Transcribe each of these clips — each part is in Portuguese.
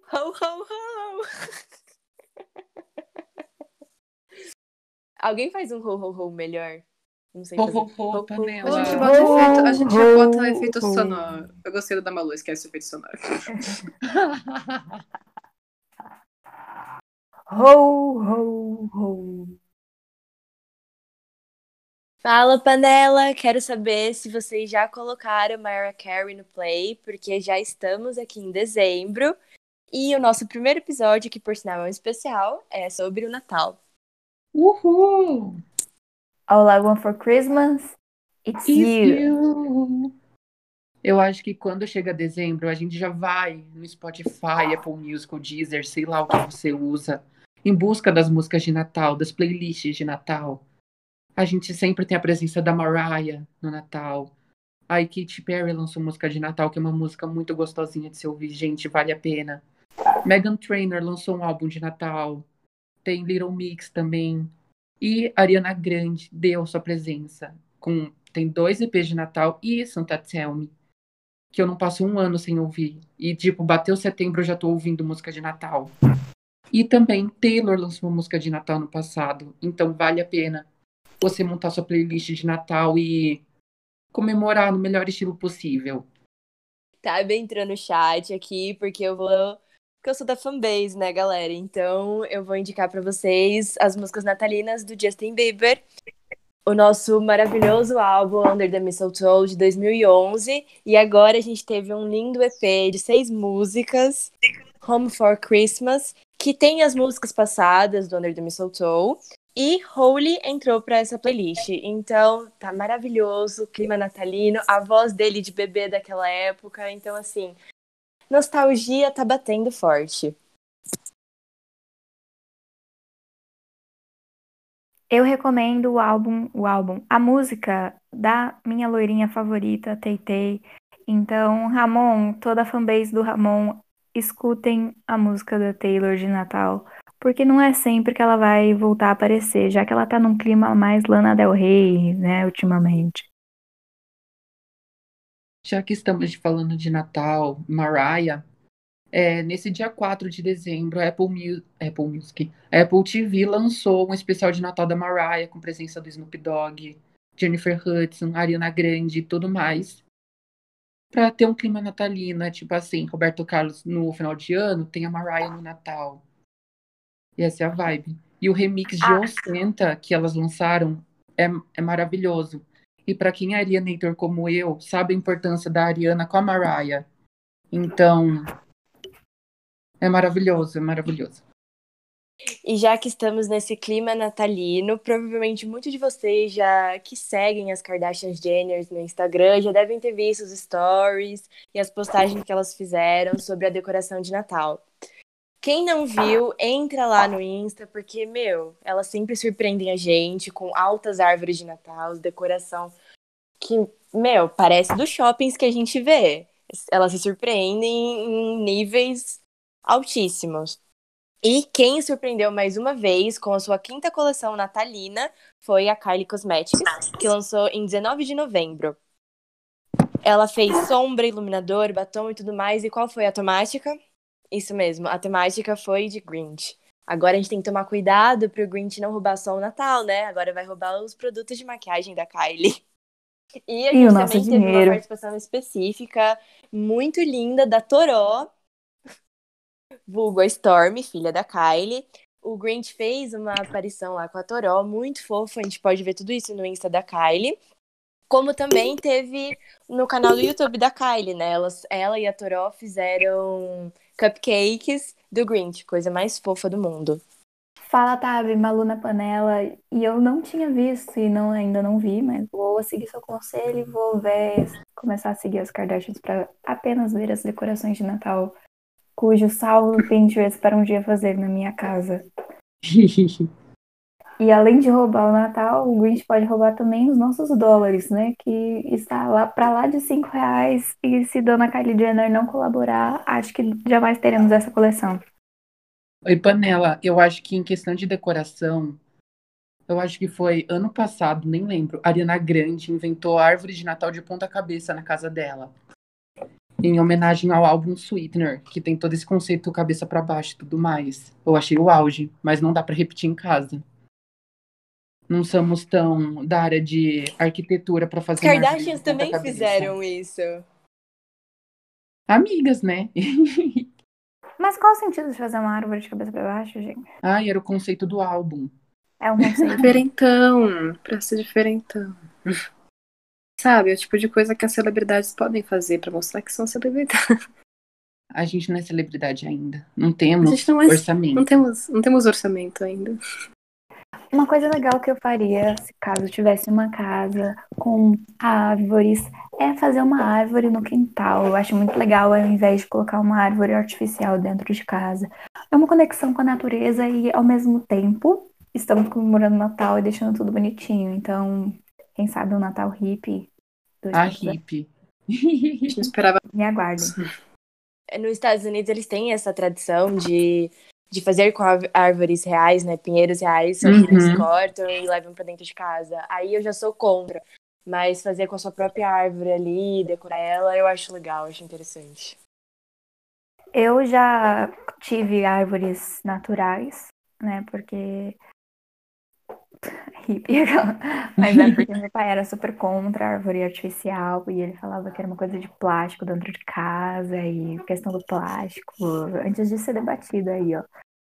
Ho, ho, ho! Alguém faz um ho, ho, ho melhor? Não sei fazer. Ho, Panela. A gente bota efeito sonoro. Eu gostei do da Malu, esquece o efeito sonoro. Ho, ho, ho. Fala, panela! Quero saber se vocês já colocaram Mariah Carey no play, porque já estamos aqui em dezembro e o nosso primeiro episódio, que por sinal é um especial, é sobre o Natal. Uhul! All I Want for Christmas, it's you. Eu acho que quando chega dezembro, a gente já vai no Spotify, Apple Music, Deezer, sei lá o que você usa, em busca das músicas de Natal, das playlists de Natal. A gente sempre tem a presença da Mariah no Natal. A Katy Perry lançou música de Natal, que é uma música muito gostosinha de se ouvir. Gente, vale a pena. Meghan Trainor lançou um álbum de Natal. Tem Little Mix também. E Ariana Grande deu sua presença. Tem 2 EPs de Natal e Santa Tell Me, que eu não passo um ano sem ouvir. E, tipo, bateu setembro, eu já tô ouvindo música de Natal. E também Taylor lançou uma música de Natal no passado. Então, vale a pena você montar sua playlist de Natal e comemorar no melhor estilo possível. Tá bem entrando no chat aqui, porque eu sou da fanbase, né, galera? Então eu vou indicar pra vocês as músicas natalinas do Justin Bieber, o nosso maravilhoso álbum Under the Mistletoe de 2011, e agora a gente teve um lindo EP de 6 músicas, Home for Christmas, que tem as músicas passadas do Under the Mistletoe, e Holy entrou pra essa playlist. Então, tá maravilhoso, clima natalino, a voz dele de bebê daquela época. Então, assim, nostalgia tá batendo forte. Eu recomendo a música da minha loirinha favorita, Tay Tay. Então, Ramon, toda a fanbase do Ramon, escutem a música da Taylor de Natal, porque não é sempre que ela vai voltar a aparecer, já que ela tá num clima mais Lana Del Rey, né, ultimamente. Já que estamos falando de Natal, Mariah, nesse dia 4 de dezembro, a Apple Music, a Apple TV lançou um especial de Natal da Mariah, com presença do Snoop Dogg, Jennifer Hudson, Ariana Grande e tudo mais, pra ter um clima natalino, tipo assim, Roberto Carlos no final de ano, tem a Mariah no Natal. E essa é a vibe. E o remix de Osenta que elas lançaram é maravilhoso. E pra quem é Arianator como eu, sabe a importância da Ariana com a Mariah. Então, é maravilhoso, é maravilhoso. E já que estamos nesse clima natalino, provavelmente muitos de vocês já que seguem as Kardashian Jenners no Instagram já devem ter visto os stories e as postagens que elas fizeram sobre a decoração de Natal. Quem não viu, entra lá no Insta, porque, elas sempre surpreendem a gente com altas árvores de Natal, decoração que, parece dos shoppings que a gente vê. Elas se surpreendem em níveis altíssimos. E quem surpreendeu mais uma vez com a sua 5ª coleção natalina foi a Kylie Cosmetics, que lançou em 19 de novembro. Ela fez sombra, iluminador, batom e tudo mais. E qual foi a temática? Isso mesmo, a temática foi de Grinch. Agora a gente tem que tomar cuidado pro Grinch não roubar só o Natal, né? Agora vai roubar os produtos de maquiagem da Kylie. E a gente também teve uma participação específica muito linda da Toró, vulgo a Stormy, filha da Kylie. O Grinch fez uma aparição lá com a Toró, muito fofo, a gente pode ver tudo isso no Insta da Kylie. Como também teve no canal do YouTube da Kylie, né? Ela e a Toró fizeram cupcakes do Grinch, coisa mais fofa do mundo. Fala, Tabi, Malu na panela. E eu não tinha visto e ainda não vi, mas vou seguir seu conselho e vou começar a seguir as Kardashians para apenas ver as decorações de Natal, cujo salvo Pinterest para um dia fazer na minha casa. E além de roubar o Natal, o Grinch pode roubar também os nossos dólares, né? Que está lá para lá de R$ 5. E se Dona Kylie Jenner não colaborar, acho que jamais teremos essa coleção. Oi, Panela, eu acho que em questão de decoração, eu acho que foi ano passado, nem lembro, a Ariana Grande inventou a árvore de Natal de ponta cabeça na casa dela. em homenagem ao álbum Sweetener, que tem todo esse conceito cabeça pra baixo e tudo mais. Eu achei o auge, mas não dá pra repetir em casa. Não somos tão da área de arquitetura pra As fazer uma árvore de Kardashians ponta também cabeça. fizeram isso. Amigas, né? Mas qual o sentido de fazer uma árvore de cabeça pra baixo, gente? Ai, era o conceito do álbum. É um conceito. Diferentão, pra ser diferentão. Sabe, é o tipo de coisa que as celebridades podem fazer pra mostrar que são celebridades. A gente não é celebridade ainda. Não A gente temos não, orçamento. não temos orçamento ainda. Uma coisa legal que eu faria, se caso eu tivesse uma casa com árvores, é fazer uma árvore no quintal. Eu acho muito legal, ao invés de colocar uma árvore artificial dentro de casa. É uma conexão com a natureza e, ao mesmo tempo, estamos comemorando o Natal e deixando tudo bonitinho. Então, quem sabe um Natal hippie A 2.0. hippie. A gente não esperava Me aguardem. Nos Estados Unidos, eles têm essa tradição de fazer com árvores reais, né? Pinheiros reais, só que eles Uhum. cortam e levam pra dentro de casa. Aí eu já sou contra. Mas fazer com a sua própria árvore ali, decorar ela, eu acho legal, acho interessante. Eu já tive árvores naturais, né? Porque hippie, mas é porque meu pai era super contra a árvore artificial e ele falava que era uma coisa de plástico dentro de casa e questão do plástico, antes de ser debatido aí, ó.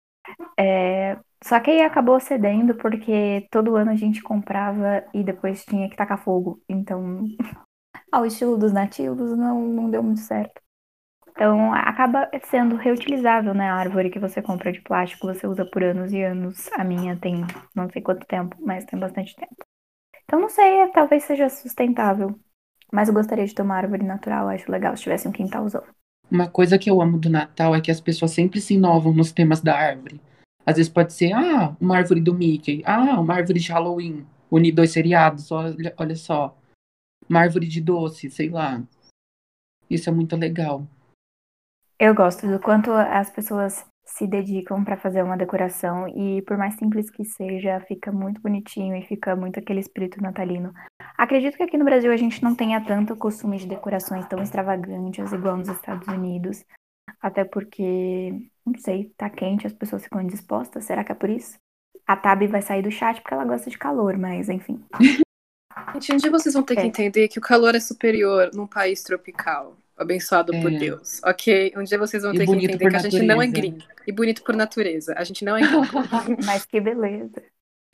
Só que aí acabou cedendo porque todo ano a gente comprava e depois tinha que tacar fogo. Então, ao estilo dos nativos, não deu muito certo. Então, acaba sendo reutilizável, né? A árvore que você compra de plástico, você usa por anos e anos. A minha tem não sei quanto tempo, mas tem bastante tempo. Então, não sei, talvez seja sustentável. Mas eu gostaria de ter uma árvore natural, acho legal se tivesse um quintalzão. Uma coisa que eu amo do Natal é que as pessoas sempre se inovam nos temas da árvore. Às vezes pode ser, uma árvore do Mickey. Uma árvore de Halloween. Unir dois seriados, olha só. Uma árvore de doce, sei lá. Isso é muito legal. Eu gosto do quanto as pessoas se dedicam para fazer uma decoração e por mais simples que seja, fica muito bonitinho e fica muito aquele espírito natalino. Acredito que aqui no Brasil a gente não tenha tanto costume de decorações tão extravagantes igual nos Estados Unidos, até porque, não sei, tá quente, as pessoas ficam indispostas, será que é por isso? A Tabi vai sair do chat porque ela gosta de calor, mas enfim. Gente, um dia vocês vão ter que entender que o calor é superior num país tropical, abençoado por É. Deus, ok? Um dia vocês vão E ter que bonito entender por que a gente não é natureza. gringo. E bonito por natureza. A gente não é gringo. Mas que beleza.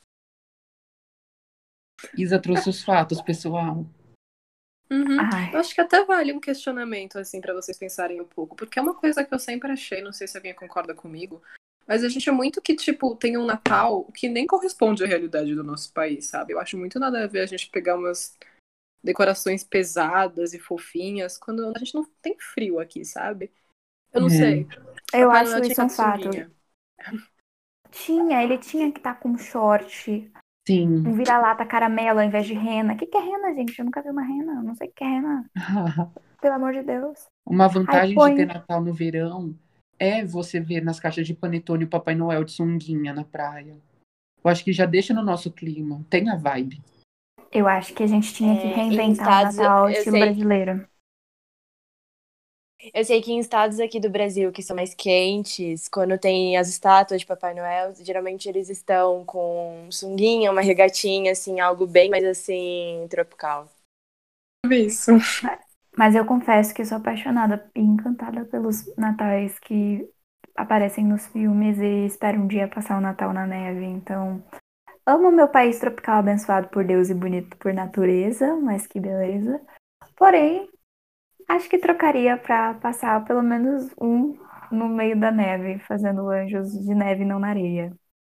Isa trouxe os fatos, pessoal. Uhum. Ai, Eu acho que até vale um questionamento, assim, pra vocês pensarem um pouco. Porque é uma coisa que eu sempre achei, não sei se alguém concorda comigo, mas a gente é muito que, tipo, tem um Natal que nem corresponde à realidade do nosso país, sabe? Eu acho muito nada a ver a gente pegar umas decorações pesadas e fofinhas quando a gente não tem frio aqui, sabe? Eu não sei. eu Papai acho Noel tinha isso que um estar de fato. sunguinha. Ele tinha que estar com short, um Sim. vira-lata caramelo ao invés de rena. O que é rena, gente? Eu nunca vi uma rena. Eu não sei o que é rena. Pelo amor de Deus. Uma Aí vantagem de ter põe. Natal no verão é você ver nas caixas de panetone o Papai Noel de sunguinha na praia. Eu acho que já deixa no nosso clima. Tem a vibe. Eu acho que a gente tinha que Em reinventar o estados, Natal ao estilo brasileiro. eu sei que em estados aqui do Brasil que são mais quentes, quando tem as estátuas de Papai Noel, geralmente eles estão com sunguinha, uma regatinha, assim, algo bem mais assim, tropical. Isso. Mas eu confesso que eu sou apaixonada e encantada pelos natais que aparecem nos filmes e espero um dia passar o Natal na neve. Então, amo meu país tropical abençoado por Deus e bonito por natureza, mas que beleza. Porém, acho que trocaria pra passar pelo menos um no meio da neve, fazendo anjos de neve não na areia.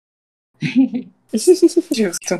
Justo.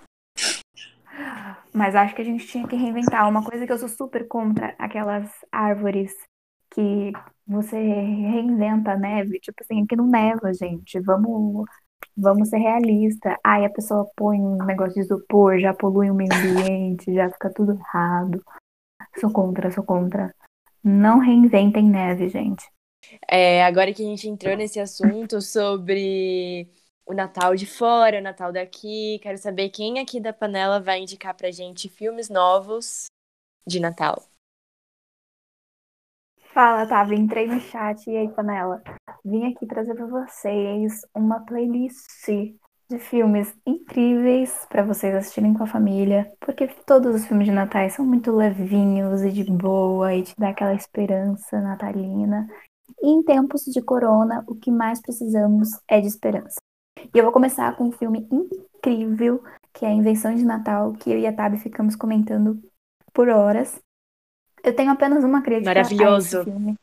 Mas acho que a gente tinha que reinventar. Uma coisa que eu sou super contra, aquelas árvores que você reinventa a neve. Tipo assim, aqui não neva, gente. Vamos ser realistas. Aí a pessoa põe um negócio de isopor, já polui o meio ambiente, já fica tudo errado. Sou contra, sou contra. Não reinventem neve, gente. Agora que a gente entrou nesse assunto sobre o Natal de fora, o Natal daqui, quero saber quem aqui da panela vai indicar pra gente filmes novos de Natal. Fala, tá? Entrei no chat e aí, panela. Vim aqui trazer pra vocês uma playlist de filmes incríveis pra vocês assistirem com a família, porque todos os filmes de Natal são muito levinhos e de boa e te dá aquela esperança natalina. E em tempos de corona, o que mais precisamos é de esperança. E eu vou começar com um filme incrível, que é a Invenção de Natal, que eu e a Tabi ficamos comentando por horas. Eu tenho apenas uma crítica a esse Maravilhoso. filme.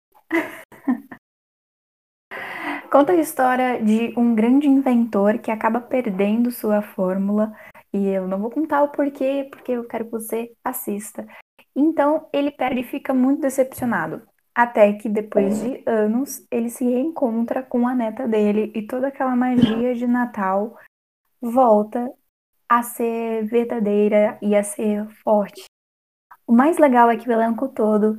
Conta a história de um grande inventor que acaba perdendo sua fórmula. E eu não vou contar o porquê, porque eu quero que você assista. Então, ele perde e fica muito decepcionado. Até que, depois de anos, ele se reencontra com a neta dele e toda aquela magia de Natal volta a ser verdadeira e a ser forte. O mais legal é que o elenco todo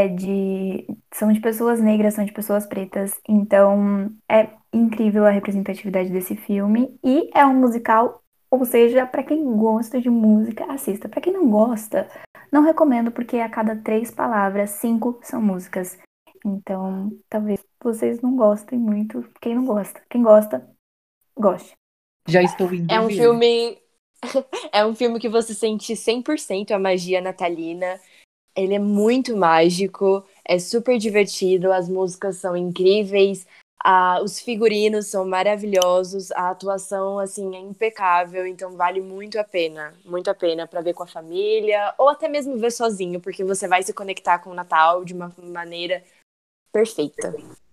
são de pessoas negras, são de pessoas pretas, então é incrível a representatividade desse filme e é um musical, ou seja, para quem gosta de música, assista. Para quem não gosta, não recomendo porque a cada 3 palavras, 5 são músicas. Então, talvez vocês não gostem muito. Quem não gosta, quem gosta, goste. Já estou indo É um ver. filme. É um filme que você sente 100% a magia natalina. Ele é muito mágico, é super divertido, as músicas são incríveis, os figurinos são maravilhosos, a atuação assim é impecável, então vale muito a pena para ver com a família ou até mesmo ver sozinho, porque você vai se conectar com o Natal de uma maneira perfeita.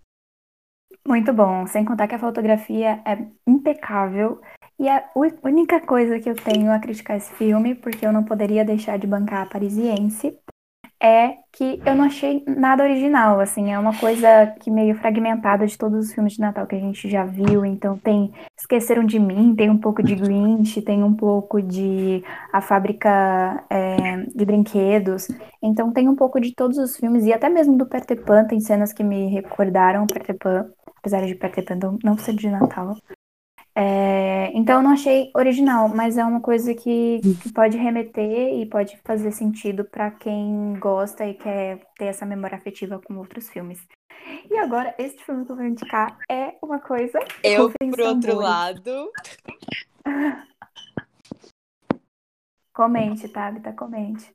Muito bom, sem contar que a fotografia é impecável. E a única coisa que eu tenho a criticar esse filme, porque eu não poderia deixar de bancar a Parisiense, é que eu não achei nada original, assim, é uma coisa que meio fragmentada de todos os filmes de Natal que a gente já viu, então tem Esqueceram de Mim, tem um pouco de Grinch, tem um pouco de A Fábrica de Brinquedos, então tem um pouco de todos os filmes, e até mesmo do Peter Pan, tem cenas que me recordaram Peter Pan, apesar de Peter Pan não ser de Natal. Então eu não achei original, mas é uma coisa que pode remeter e pode fazer sentido para quem gosta e quer ter essa memória afetiva com outros filmes. E agora, este filme que eu vou indicar é uma coisa. Eu, Rufem os por outro tambores. lado, Comente, Tabita, comente.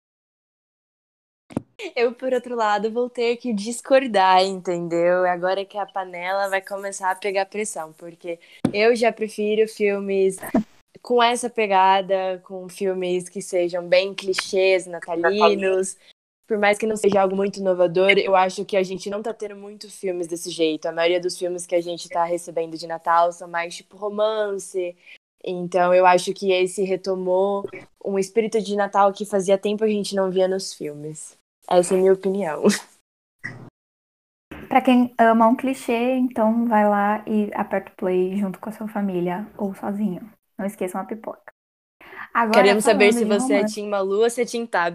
vou ter que discordar, entendeu? Agora que a panela vai começar a pegar pressão, porque eu já prefiro filmes com essa pegada, com filmes que sejam bem clichês, natalinos. Por mais que não seja algo muito inovador, eu acho que a gente não tá tendo muito filmes desse jeito. A maioria dos filmes que a gente tá recebendo de Natal são mais tipo romance. Então eu acho que esse retomou um espírito de Natal que fazia tempo a gente não via nos filmes. Essa é a minha opinião. Pra quem ama um clichê, então vai lá e aperta o play junto com a sua família ou sozinho. Não esqueçam a pipoca. Agora, Queremos saber falando se de você é romance. Tim Malu ou se é Tim Tab.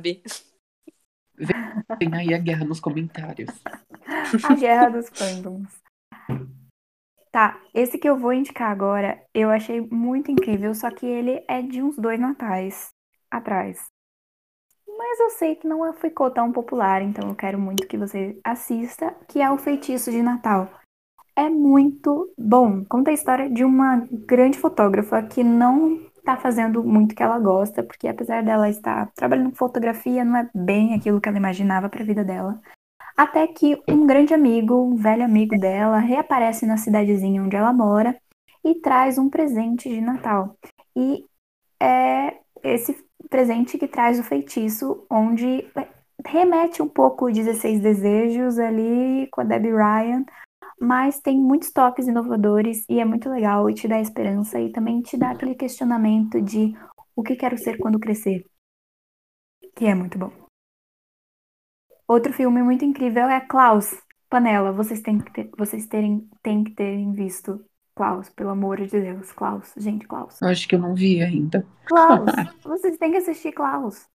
Tem aí a guerra nos comentários. A Guerra dos Fandoms. Tá, esse que eu vou indicar agora, eu achei muito incrível, só que ele é de uns 2 natais atrás. Mas eu sei que não ficou tão popular, então eu quero muito que você assista, que é O Feitiço de Natal. É muito bom. Conta a história de uma grande fotógrafa que não tá fazendo muito o que ela gosta, porque apesar dela estar trabalhando com fotografia, não é bem aquilo que ela imaginava para a vida dela. Até que um grande amigo, um velho amigo dela, reaparece na cidadezinha onde ela mora e traz um presente de Natal. E é esse presente que traz o feitiço, onde remete um pouco o 16 Desejos ali com a Debbie Ryan, mas tem muitos toques inovadores e é muito legal e te dá esperança e também te dá aquele questionamento de o que quero ser quando crescer, que é muito bom. Outro filme muito incrível é Klaus. Panela, têm que terem visto Klaus, pelo amor de Deus. Klaus, gente, Klaus. Eu acho que eu não vi ainda. Klaus, vocês têm que assistir Klaus.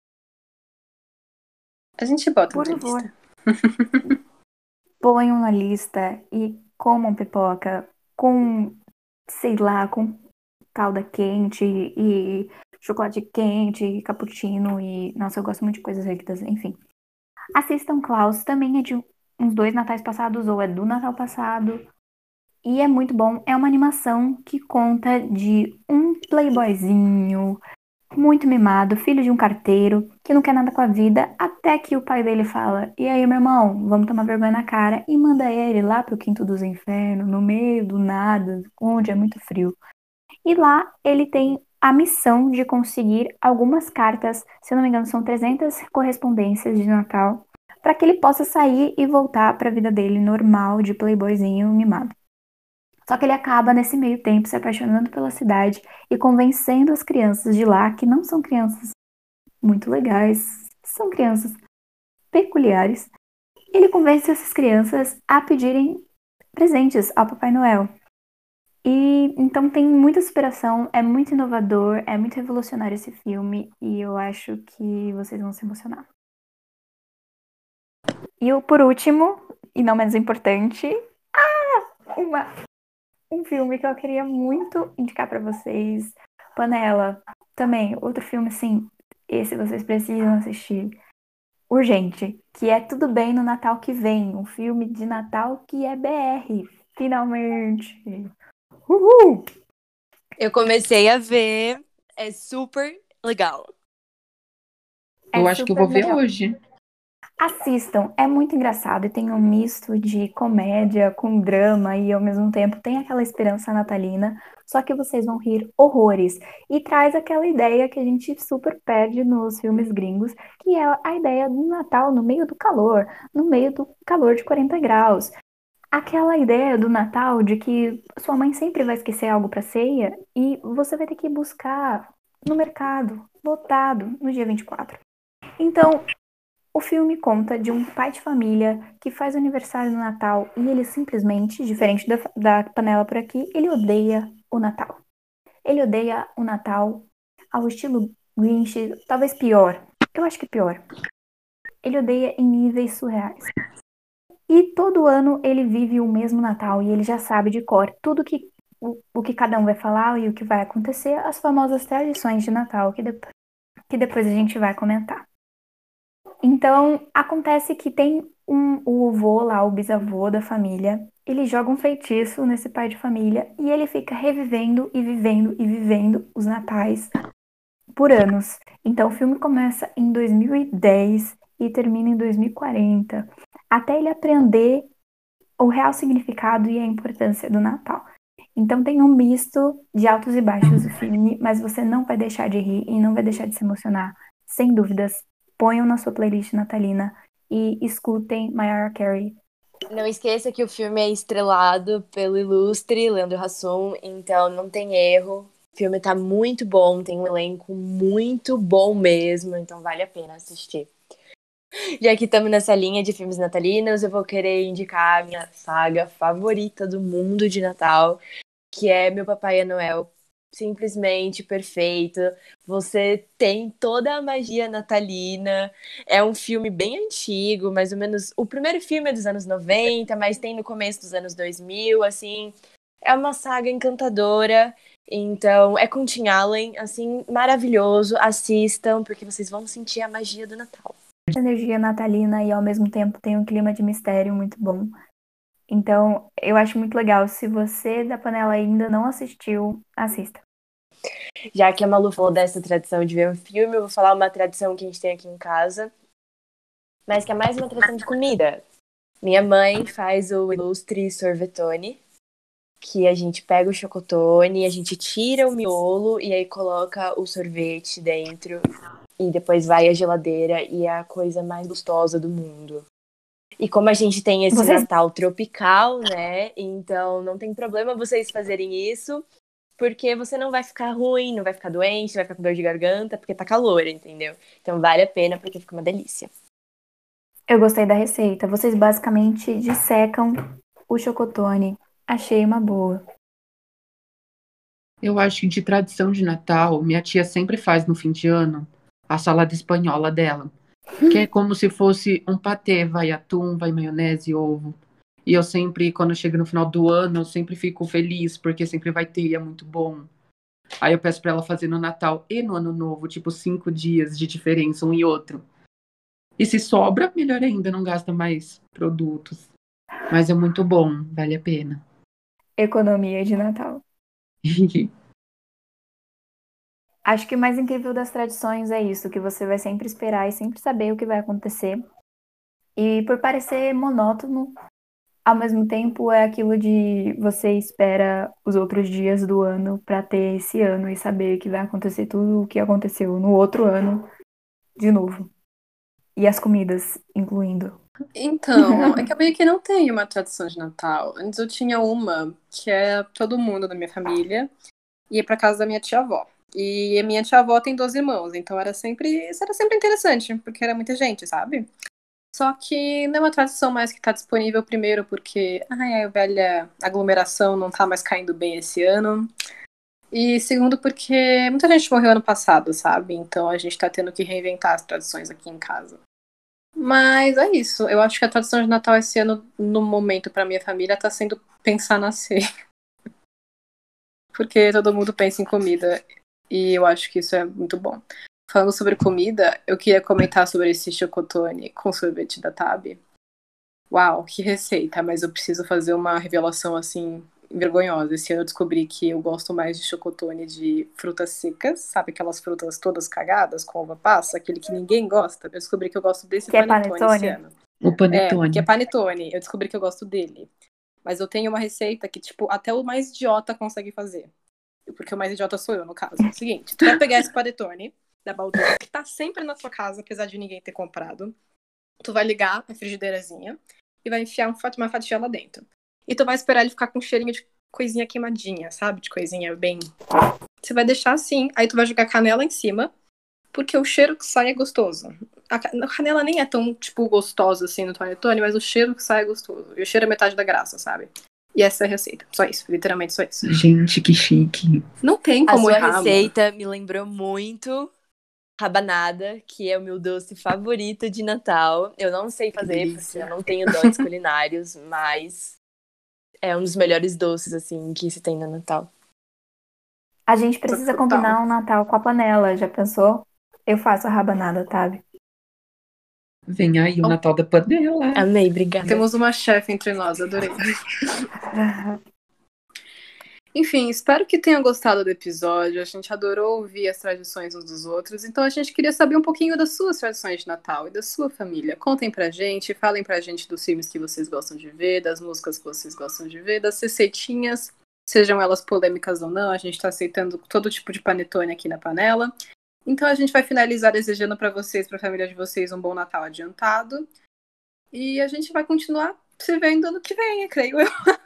A gente bota Por na favor, lista. ponham na lista e comam pipoca com, sei lá, com calda quente e chocolate quente e cappuccino e... Nossa, eu gosto muito de coisas líquidas, enfim. Assistam Klaus, também é de uns 2 natais passados, ou é do Natal passado. E é muito bom. É uma animação que conta de um playboyzinho muito mimado, filho de um carteiro, que não quer nada com a vida, até que o pai dele fala: E aí, meu irmão, vamos tomar vergonha na cara, e manda ele lá pro quinto dos infernos, no meio do nada, onde é muito frio. E lá ele tem a missão de conseguir algumas cartas, se eu não me engano, são 300 correspondências de Natal, para que ele possa sair e voltar para a vida dele normal de playboyzinho mimado. Só que ele acaba, nesse meio tempo, se apaixonando pela cidade e convencendo as crianças de lá, que não são crianças muito legais, são crianças peculiares. Ele convence essas crianças a pedirem presentes ao Papai Noel. E então tem muita superação, é muito inovador, é muito revolucionário esse filme e eu acho que vocês vão se emocionar. E por último, e não menos importante, um filme que eu queria muito indicar pra vocês, Panela. Também, outro filme assim, esse vocês precisam assistir. Urgente, que é Tudo Bem no Natal que Vem, um filme de Natal que é BR, finalmente. Uhul! Eu comecei a ver, é super legal. Eu acho que eu super vou ver legal. hoje. Assistam, é muito engraçado e tem um misto de comédia com drama e ao mesmo tempo tem aquela esperança natalina, só que vocês vão rir horrores. E traz aquela ideia que a gente super perde nos filmes gringos, que é a ideia do Natal no meio do calor de 40 graus. Aquela ideia do Natal de que sua mãe sempre vai esquecer algo para ceia e você vai ter que buscar no mercado, lotado, no dia 24. Então, o filme conta de um pai de família que faz aniversário no Natal e ele simplesmente, diferente da Panela por aqui, ele odeia o Natal. Ele odeia o Natal ao estilo Grinch, talvez pior. Eu acho que pior. Ele odeia em níveis surreais. E todo ano ele vive o mesmo Natal e ele já sabe de cor tudo o que cada um vai falar e o que vai acontecer, as famosas tradições de Natal que depois a gente vai comentar. Então, acontece que tem o avô lá, o bisavô da família, ele joga um feitiço nesse pai de família e ele fica revivendo e vivendo e vivendo os natais por anos. Então, o filme começa em 2010 e termina em 2040, até ele aprender o real significado e a importância do Natal. Então, tem um misto de altos e baixos do filme, mas você não vai deixar de rir e não vai deixar de se emocionar, sem dúvidas. Ponham na sua playlist natalina e escutem Mariah Carey. Não esqueça que o filme é estrelado pelo ilustre Leandro Hassum, então não tem erro. O filme tá muito bom, tem um elenco muito bom mesmo, então vale a pena assistir. Já que estamos nessa linha de filmes natalinos, eu vou querer indicar a minha saga favorita do mundo de Natal, que é Meu Papai é Noel. Simplesmente perfeito. Você tem toda a magia natalina. É um filme bem antigo, mais ou menos. O primeiro filme é dos anos 90, mas tem no começo dos anos 2000, assim. É uma saga encantadora. Então, é com Tim Allen, assim, maravilhoso. Assistam, porque vocês vão sentir a magia do Natal. Energia natalina e ao mesmo tempo tem um clima de mistério muito bom. Então, eu acho muito legal. Se você da Panela ainda não assistiu, assista. Já que a Malu falou dessa tradição de ver um filme, eu vou falar uma tradição que a gente tem aqui em casa, mas que é mais uma tradição de comida. Minha mãe faz o ilustre sorvetone, que a gente pega o chocotone, a gente tira o miolo e aí coloca o sorvete dentro e depois vai à geladeira e é a coisa mais gostosa do mundo. E como a gente tem esse Natal tropical, né? Então não tem problema vocês fazerem isso, porque você não vai ficar ruim, não vai ficar doente, não vai ficar com dor de garganta, porque tá calor, entendeu? Então vale a pena, porque fica uma delícia. Eu gostei da receita. Vocês basicamente dissecam o chocotone. Achei uma boa. Eu acho que de tradição de Natal, minha tia sempre faz no fim de ano a salada espanhola dela. Que é como se fosse um patê, vai atum, vai maionese e ovo. E eu sempre, quando chega no final do ano, eu sempre fico feliz, porque sempre vai ter e é muito bom. Aí eu peço pra ela fazer no Natal e no Ano Novo, tipo 5 dias de diferença um e outro. E se sobra, melhor ainda, não gasta mais produtos. Mas é muito bom, vale a pena. Economia de Natal. Acho que o mais incrível das tradições é isso, que você vai sempre esperar e sempre saber o que vai acontecer. E por parecer monótono, ao mesmo tempo é aquilo de você espera os outros dias do ano pra ter esse ano e saber que vai acontecer tudo o que aconteceu no outro ano de novo. E as comidas, incluindo. Então, é que eu meio que não tenho uma tradição de Natal. Antes eu tinha uma, que é todo mundo da minha família ia pra casa da minha tia-avó. E a minha tia-avó tem 12 irmãos, então isso era sempre interessante, porque era muita gente, sabe? Só que não é uma tradição mais que tá disponível primeiro porque a velha aglomeração não tá mais caindo bem esse ano. E segundo porque muita gente morreu ano passado, sabe? Então a gente tá tendo que reinventar as tradições aqui em casa. Mas é isso. Eu acho que a tradição de Natal esse ano, no momento, pra minha família, tá sendo pensar na ceia. Porque todo mundo pensa em comida. E eu acho que isso é muito bom. Falando sobre comida, eu queria comentar sobre esse chocotone com sorvete da Tab. Uau, que receita! Mas eu preciso fazer uma revelação, assim, vergonhosa. Esse ano eu descobri que eu gosto mais de chocotone de frutas secas. Sabe aquelas frutas todas cagadas com uva passa? Aquele que ninguém gosta. Eu descobri que eu gosto desse Que é panetone esse panetone? ano. O panetone. Que é panetone. Eu descobri que eu gosto dele. Mas eu tenho uma receita que, tipo, até o mais idiota consegue fazer. Porque o mais idiota sou eu, no caso. É o seguinte, tu vai pegar esse panetone da Balduco, que tá sempre na tua casa, apesar de ninguém ter comprado. Tu vai ligar a frigideirazinha e vai enfiar uma fatia lá dentro. E tu vai esperar ele ficar com um cheirinho de coisinha queimadinha, sabe? De coisinha bem... Você vai deixar assim, aí tu vai jogar canela em cima, porque o cheiro que sai é gostoso. A canela nem é tão, tipo, gostosa assim no panetone, mas o cheiro que sai é gostoso. E o cheiro é metade da graça, sabe? E essa é a receita. Só isso, literalmente só isso. Gente, que chique. Não tem A como sua errar, receita me lembrou muito rabanada, que é o meu doce favorito de Natal. Eu não sei fazer, porque delícia. eu não tenho dons culinários, mas é um dos melhores doces, assim, que se tem no Natal. A gente precisa Total. combinar um Natal com a panela, já pensou? Eu faço a rabanada, Tab. Vem aí o Natal da panela. Amei, obrigada. Temos uma chefe entre nós, adorei. Enfim, espero que tenham gostado do episódio. A gente adorou ouvir as tradições uns dos outros. Então a gente queria saber um pouquinho das suas tradições de Natal e da sua família. Contem pra gente, falem pra gente dos filmes que vocês gostam de ver, das músicas que vocês gostam de ver, das receitinhas, sejam elas polêmicas ou não. A gente tá aceitando todo tipo de panetone aqui na panela. Então a gente vai finalizar desejando pra vocês, pra família de vocês, um bom Natal adiantado. E a gente vai continuar se vendo ano que vem, creio eu.